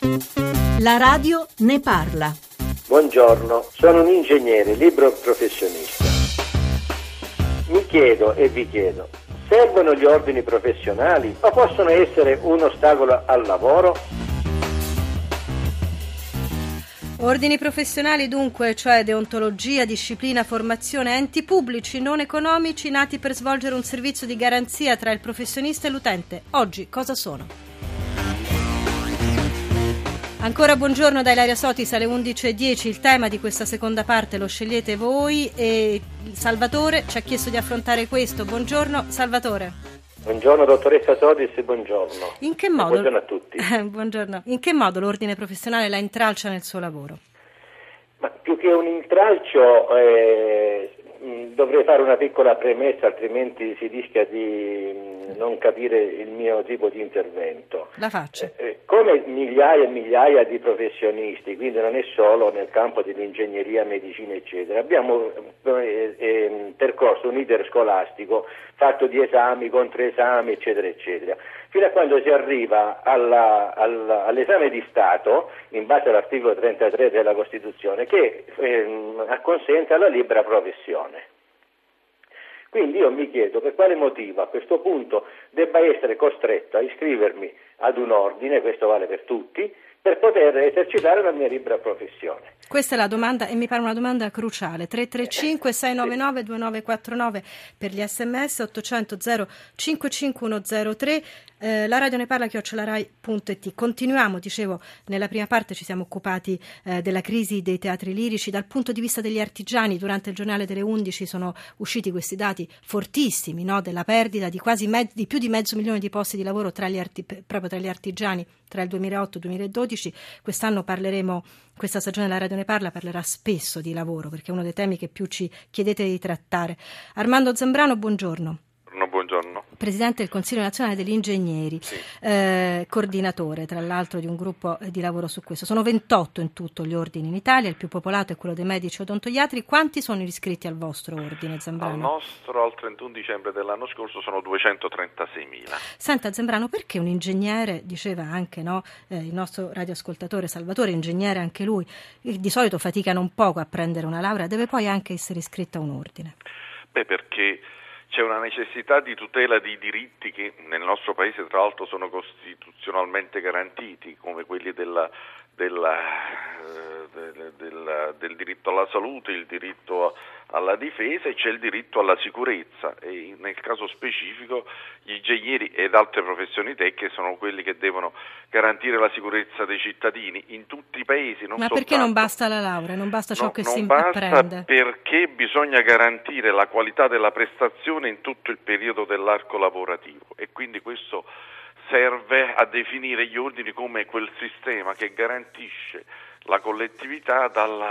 La radio ne parla. Buongiorno, sono un ingegnere libero professionista. Mi chiedo e vi chiedo, servono gli ordini professionali o possono essere un ostacolo al lavoro? Ordini professionali dunque, cioè deontologia, disciplina, formazione, enti pubblici non economici nati per svolgere un servizio di garanzia tra il professionista e l'utente. Oggi cosa sono? Ancora buongiorno da Ilaria Sotis alle 11.10. Il tema di questa seconda parte lo scegliete voi e Salvatore ci ha chiesto di affrontare questo. Buongiorno Salvatore. Buongiorno dottoressa Sotis, buongiorno. In che modo? Buongiorno a tutti. Buongiorno. In che modo l'ordine professionale la intralcia nel suo lavoro? Ma più che un intralcio dovrei fare una piccola premessa, altrimenti si rischia di non capire il mio tipo di intervento. La faccio. Come migliaia e migliaia di professionisti, quindi non è solo nel campo dell'ingegneria, medicina eccetera, abbiamo percorso un iter scolastico fatto di esami, controesami eccetera eccetera, fino a quando si arriva all'esame di Stato in base all'articolo 33 della Costituzione che consente la libera professione. Quindi io mi chiedo per quale motivo a questo punto debba essere costretto a iscrivermi ad un ordine, questo vale per tutti, per poter esercitare la mia libera professione. Questa è la domanda e mi pare una domanda cruciale. 335-699-2949 per gli sms, 800 055103. La radio ne parla @rai.it. Continuiamo, dicevo, nella prima parte ci siamo occupati della crisi dei teatri lirici dal punto di vista degli artigiani. Durante il giornale delle 11 sono usciti questi dati fortissimi, no? Della perdita di quasi di più di 500.000 di posti di lavoro proprio tra gli artigiani tra il 2008 e il 2012. Quest'anno questa stagione della radio ne parlerà spesso di lavoro, perché è uno dei temi che più ci chiedete di trattare. Armando Zambrano, buongiorno. Buongiorno. Presidente del Consiglio Nazionale degli Ingegneri, sì. Coordinatore tra l'altro di un gruppo di lavoro su questo. Sono 28 in tutto gli ordini in Italia, il più popolato è quello dei medici odontoiatri. Quanti sono iscritti al vostro ordine, Zambrano? Al nostro, al 31 dicembre dell'anno scorso, sono 236.000. Senta Zambrano, perché un ingegnere, diceva anche il nostro radioascoltatore Salvatore, ingegnere anche lui, di solito faticano un poco a prendere una laurea, deve poi anche essere iscritto a un ordine? Perché c'è una necessità di tutela di diritti che nel nostro paese tra l'altro sono costituzionalmente garantiti, come quelli del diritto alla salute, il diritto alla difesa, e c'è il diritto alla sicurezza, e nel caso specifico gli ingegneri ed altre professioni tecniche sono quelli che devono garantire la sicurezza dei cittadini in tutti i paesi. Ma perché non basta la laurea, non basta ciò che si apprende? Non basta, perché bisogna garantire la qualità della prestazione in tutto il periodo dell'arco lavorativo, e quindi questo serve a definire gli ordini come quel sistema che garantisce la collettività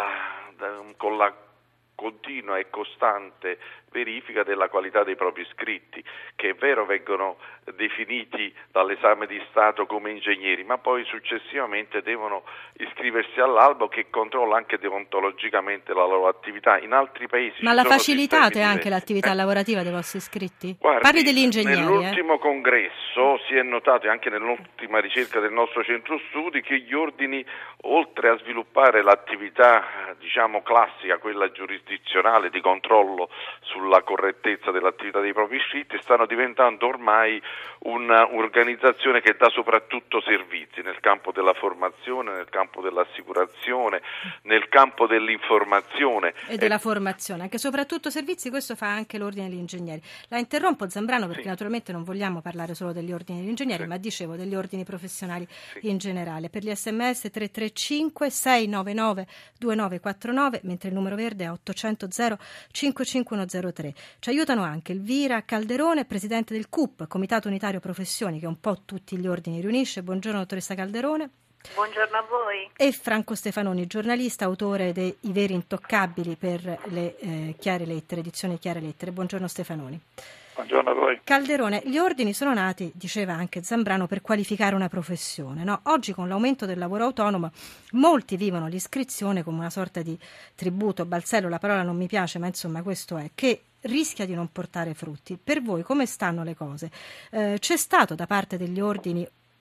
con la continua e costante verifica della qualità dei propri iscritti, che è vero vengono definiti dall'esame di Stato come ingegneri, ma poi successivamente devono iscriversi all'albo che controlla anche deontologicamente la loro attività. In altri paesi ma la facilitate anche l'attività lavorativa dei vostri iscritti? Guardi, parli degli ingegneri. Nell'ultimo congresso si è notato, e anche nell'ultima ricerca del nostro centro studi, che gli ordini, oltre a sviluppare l'attività classica, quella giurisdizionale di controllo sulla correttezza dell'attività dei propri iscritti, stanno diventando ormai un'organizzazione che dà soprattutto servizi nel campo della formazione, nel campo dell'assicurazione, nel campo dell'informazione e della formazione, anche soprattutto servizi. Questo fa anche l'ordine degli ingegneri. La interrompo, Zambrano, perché naturalmente non vogliamo parlare solo degli ordini degli ingegneri, ma dicevo degli ordini professionali in generale. Per gli sms 335 699 2949, mentre il numero verde è 800 055103. Ci aiutano anche Elvira Calderone, presidente del CUP, Comitato Unitario Professioni, che un po' tutti gli ordini riunisce. Buongiorno dottoressa Calderone. Buongiorno a voi. E Franco Stefanoni, giornalista, autore dei I Veri Intoccabili per le Chiare Lettere, edizione Chiare Lettere. Buongiorno Stefanoni. Buongiorno a voi. Calderone, gli ordini sono nati, diceva anche Zambrano, per qualificare una professione, no? Oggi con l'aumento del lavoro autonomo molti vivono l'iscrizione come una sorta di tributo, balzello, la parola non mi piace, ma insomma questo è, che rischia di non portare frutti. Per voi come stanno le cose? C'è stato da parte degli ordini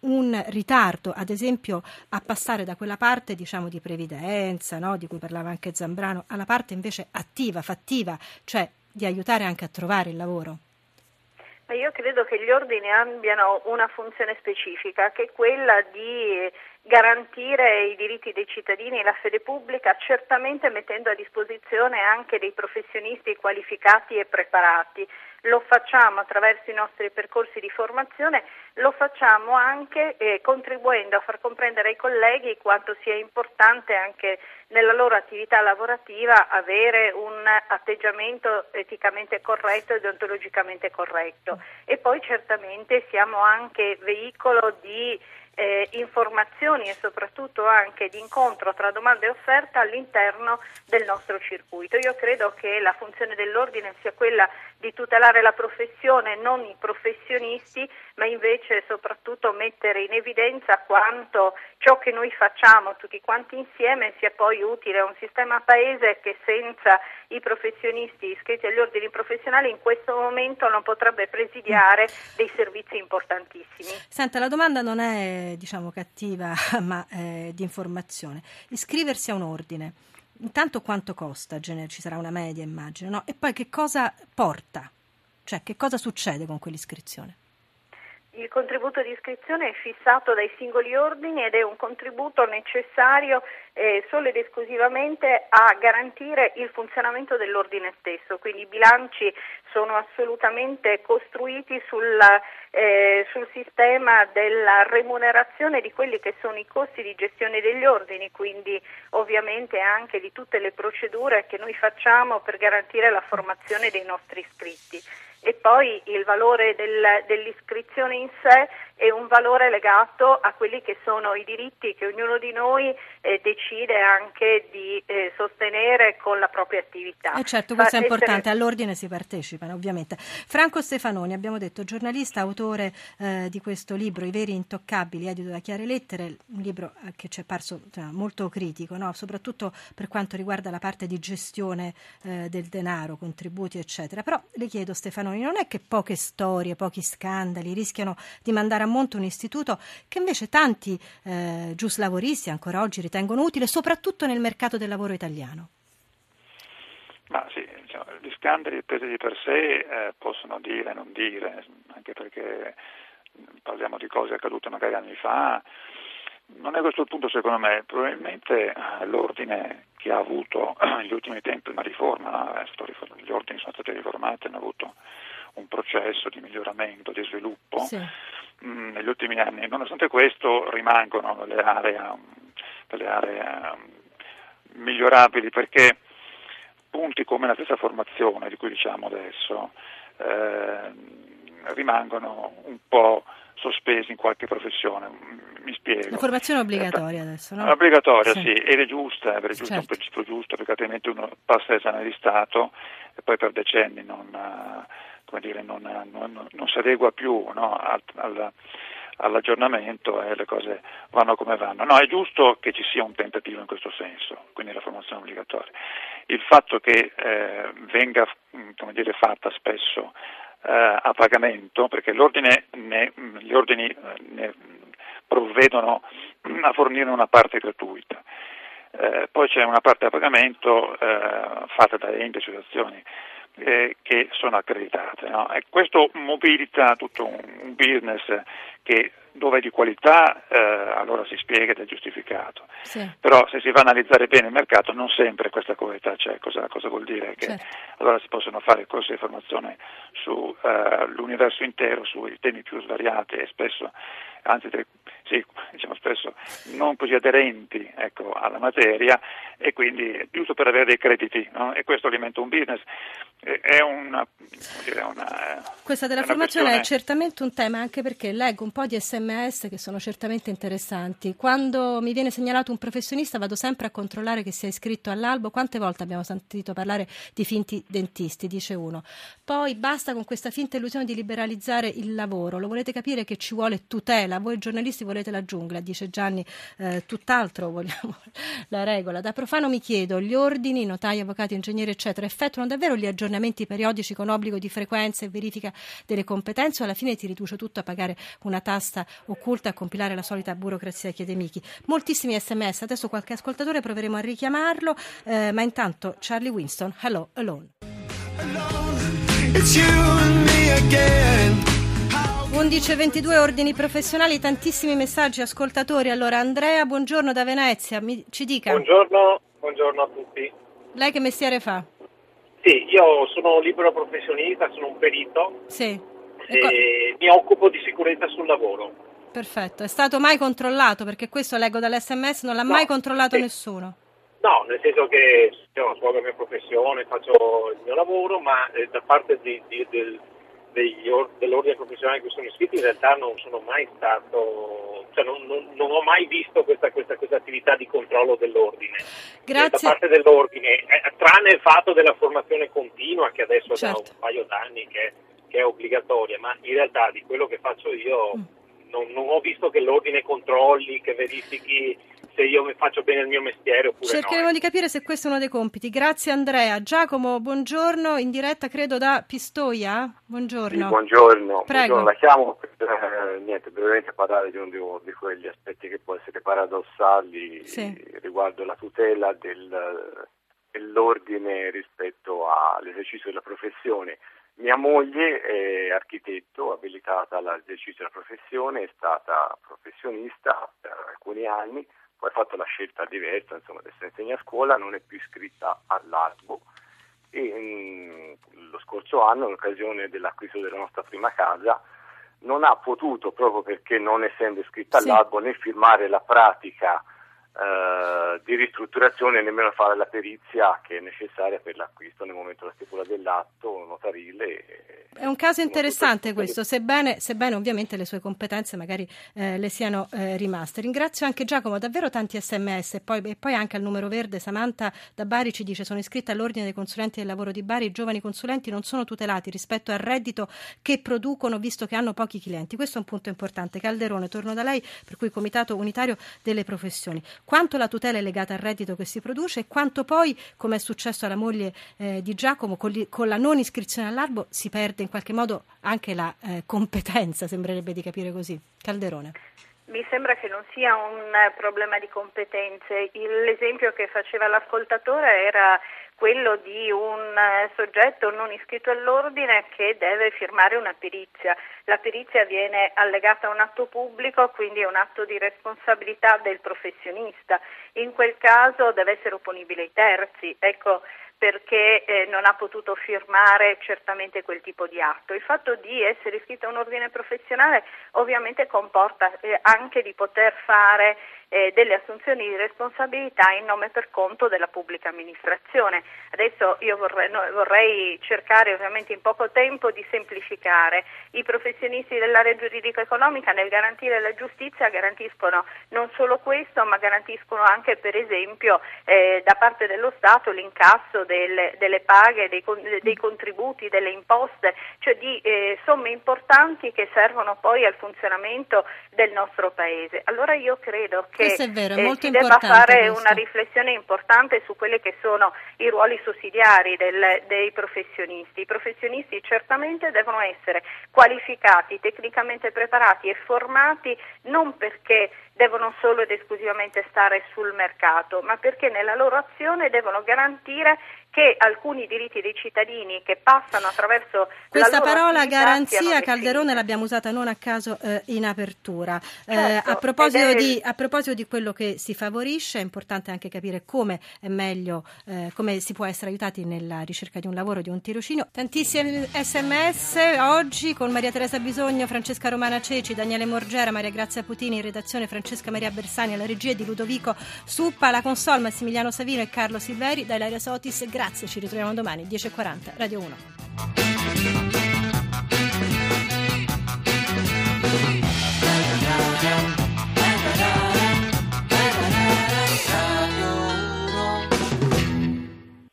un ritardo, ad esempio, a passare da quella parte, diciamo, di previdenza, no, di cui parlava anche Zambrano, alla parte invece attiva, fattiva, cioè di aiutare anche a trovare il lavoro? Io credo che gli ordini abbiano una funzione specifica, che è quella di garantire i diritti dei cittadini e la fede pubblica, certamente mettendo a disposizione anche dei professionisti qualificati e preparati. Lo facciamo attraverso i nostri percorsi di formazione, lo facciamo anche contribuendo a far comprendere ai colleghi quanto sia importante anche nella loro attività lavorativa avere un atteggiamento eticamente corretto e deontologicamente corretto. E poi certamente siamo anche veicolo di informazioni e soprattutto anche di incontro tra domanda e offerta all'interno del nostro circuito. Io credo che la funzione dell'ordine sia quella di tutelare la professione, non i professionisti, ma invece soprattutto mettere in evidenza quanto ciò che noi facciamo tutti quanti insieme sia poi utile a un sistema paese che senza i professionisti iscritti agli ordini professionali in questo momento non potrebbe presidiare dei servizi importantissimi. Senta, la domanda non è, diciamo, cattiva, ma di informazione. Iscriversi a un ordine, intanto quanto costa? Ci sarà una media, immagino, no? E poi che cosa porta? Cioè, che cosa succede con quell'iscrizione? Il contributo di iscrizione è fissato dai singoli ordini ed è un contributo necessario solo ed esclusivamente a garantire il funzionamento dell'ordine stesso, quindi i bilanci sono assolutamente costruiti sul sistema della remunerazione di quelli che sono i costi di gestione degli ordini, quindi ovviamente anche di tutte le procedure che noi facciamo per garantire la formazione dei nostri iscritti. E poi il valore dell'iscrizione in sé è un valore legato a quelli che sono i diritti che ognuno di noi decide anche di sostenere con la propria attività. Certo, questo è importante, all'ordine si partecipano ovviamente. Franco Stefanoni, abbiamo detto, giornalista, autore di questo libro I veri intoccabili, edito da Chiare Lettere, un libro che ci è parso molto critico, no? Soprattutto per quanto riguarda la parte di gestione del denaro, contributi eccetera. Però le chiedo, Stefanoni, non è che poche storie, pochi scandali rischiano di mandare a monte un istituto che invece tanti giuslavoristi ancora oggi ritengono utile, soprattutto nel mercato del lavoro italiano? Ma sì, diciamo, gli scandali presi di per sé possono dire e non dire, anche perché parliamo di cose accadute magari anni fa. Non è questo il punto, secondo me. Probabilmente l'ordine che ha avuto negli ultimi tempi una riforma, no? Gli ordini sono stati riformati, hanno avuto un processo di miglioramento, di sviluppo. Sì. Negli ultimi anni. Nonostante questo rimangono delle aree migliorabili, perché punti come la stessa formazione di cui diciamo adesso rimangono un po' sospesi in qualche professione. Mi spiego. La formazione è obbligatoria adesso, no? Obbligatoria, sì, ed è giusta, certo. È un principio giusto, perché altrimenti uno passa l'esame di Stato e poi per decenni non si adegua più, no, all'aggiornamento e le cose vanno come vanno. No, è giusto che ci sia un tentativo in questo senso, quindi la formazione obbligatoria. Il fatto che venga fatta spesso a pagamento, perché gli ordini ne provvedono a fornire una parte gratuita, poi c'è una parte a pagamento fatta da enti e associazioni che sono accreditate, no? E questo mobilita tutto un business che dove è di qualità allora si spiega ed è giustificato. Sì. Però se si va a analizzare bene il mercato non sempre questa qualità c'è. Cosa vuol dire? Che certo. Allora si possono fare corsi di formazione su l'universo intero, sui temi più svariati e spesso, spesso non così aderenti, alla materia, e quindi giusto per avere dei crediti, no? E questo alimenta un business. Questa della formazione è certamente un tema, anche perché leggo un po' di SMS che sono certamente interessanti. Quando mi viene segnalato un professionista vado sempre a controllare che sia iscritto all'albo. Quante volte abbiamo sentito parlare di finti dentisti, dice uno. Poi basta con questa finta illusione di liberalizzare il lavoro, lo volete capire che ci vuole tutela, voi giornalisti volete la giungla. giungla, dice Gianni, tutt'altro vogliamo la regola. Da profano mi chiedo, gli ordini, notai, avvocati, ingegneri eccetera, effettuano davvero gli aggiornamenti periodici con obbligo di frequenza e verifica delle competenze, o alla fine ti riduce tutto a pagare una tassa occulta, a compilare la solita burocrazia, chiede Michi. Moltissimi sms, adesso qualche ascoltatore proveremo a richiamarlo, ma intanto Charlie Winston, Hello Alone. 11:22, ordini professionali, tantissimi messaggi, ascoltatori. Allora Andrea, buongiorno da Venezia, ci dica. Buongiorno a tutti. Lei che mestiere fa? Sì, io sono libero professionista, sono un perito. Sì. E mi occupo di sicurezza sul lavoro. Perfetto, è stato mai controllato? Perché questo leggo dall'SMS, non l'ha mai controllato nessuno. No, nel senso che io svolgo la mia professione, faccio il mio lavoro, ma da parte dell'ordine professionale in cui sono iscritto in realtà non sono mai stato, cioè non ho mai visto questa attività di controllo dell'ordine. Grazie. Da parte dell'ordine, tranne il fatto della formazione continua che adesso certo. da un paio d'anni che è obbligatoria, ma in realtà di quello che faccio io non ho visto che l'ordine controlli, che verifichi se io faccio bene il mio mestiere oppure Cercheremo di capire se questo è uno dei compiti. Grazie Andrea. Giacomo, buongiorno, in diretta credo da Pistoia. Buongiorno. Sì, buongiorno. Prego. Buongiorno, la chiamo per brevemente parlare di uno di quegli aspetti che può essere paradossali riguardo la tutela dell'ordine rispetto all'esercizio della professione. Mia moglie è architetto, abilitata all'esercizio della professione, è stata professionista per alcuni anni, poi ha fatto la scelta diversa, insomma, adesso insegna a scuola, non è più iscritta all'albo e lo scorso anno, in occasione dell'acquisto della nostra prima casa, non ha potuto, proprio perché non essendo iscritta all'albo, né firmare la pratica di ristrutturazione e nemmeno fare la perizia che è necessaria per l'acquisto nel momento della stipula dell'atto notarile. È un caso interessante questo, sebbene ovviamente le sue competenze magari le siano rimaste. Ringrazio anche Giacomo, davvero tanti sms e poi anche al numero verde. Samantha da Bari ci dice: sono iscritta all'ordine dei consulenti del lavoro di Bari, i giovani consulenti non sono tutelati rispetto al reddito che producono visto che hanno pochi clienti. Questo è un punto importante. Calderone, torno da lei, per cui Comitato Unitario delle Professioni. Quanto la tutela è legata al reddito che si produce e quanto poi, come è successo alla moglie di Giacomo, con la non iscrizione all'albo si perde in qualche modo anche la competenza, sembrerebbe di capire così. Calderone. Mi sembra che non sia un problema di competenze. L'esempio che faceva l'ascoltatore era quello di un soggetto non iscritto all'ordine che deve firmare una perizia. La perizia viene allegata a un atto pubblico, quindi è un atto di responsabilità del professionista. In quel caso deve essere opponibile ai terzi. Ecco perché non ha potuto firmare certamente quel tipo di atto. Il fatto di essere iscritto a un ordine professionale ovviamente comporta anche di poter fare delle assunzioni di responsabilità in nome per conto della pubblica amministrazione. Adesso io vorrei cercare ovviamente in poco tempo di semplificare. I professionisti dell'area giuridico-economica nel garantire la giustizia garantiscono non solo questo, ma garantiscono anche per esempio da parte dello Stato l'incasso delle paghe, dei contributi, delle imposte, cioè di somme importanti che servono poi al funzionamento del nostro Paese. Allora io credo che questo è vero, è molto si debba fare questo. una riflessione importante su quelli che sono i ruoli sussidiari dei professionisti. I professionisti certamente devono essere qualificati, tecnicamente preparati e formati non perché devono solo ed esclusivamente stare sul mercato, ma perché nella loro azione devono garantire che alcuni diritti dei cittadini che passano attraverso questa la loro parola garanzia, Calderone, definite. L'abbiamo usata non a caso in apertura. Certo, a proposito di quello che si favorisce, è importante anche capire come è meglio, come si può essere aiutati nella ricerca di un lavoro, di un tirocinio. Tantissimi sms oggi con Maria Teresa Bisogno, Francesca Romana Ceci, Daniele Morgera, Maria Grazia Putini, in redazione Francesca Maria Bersani, alla regia di Ludovico Suppa, la console Massimiliano Savino e Carlo Silveri, da Ilaria Sotis. Grazie, ci ritroviamo domani 10:40 Radio 1.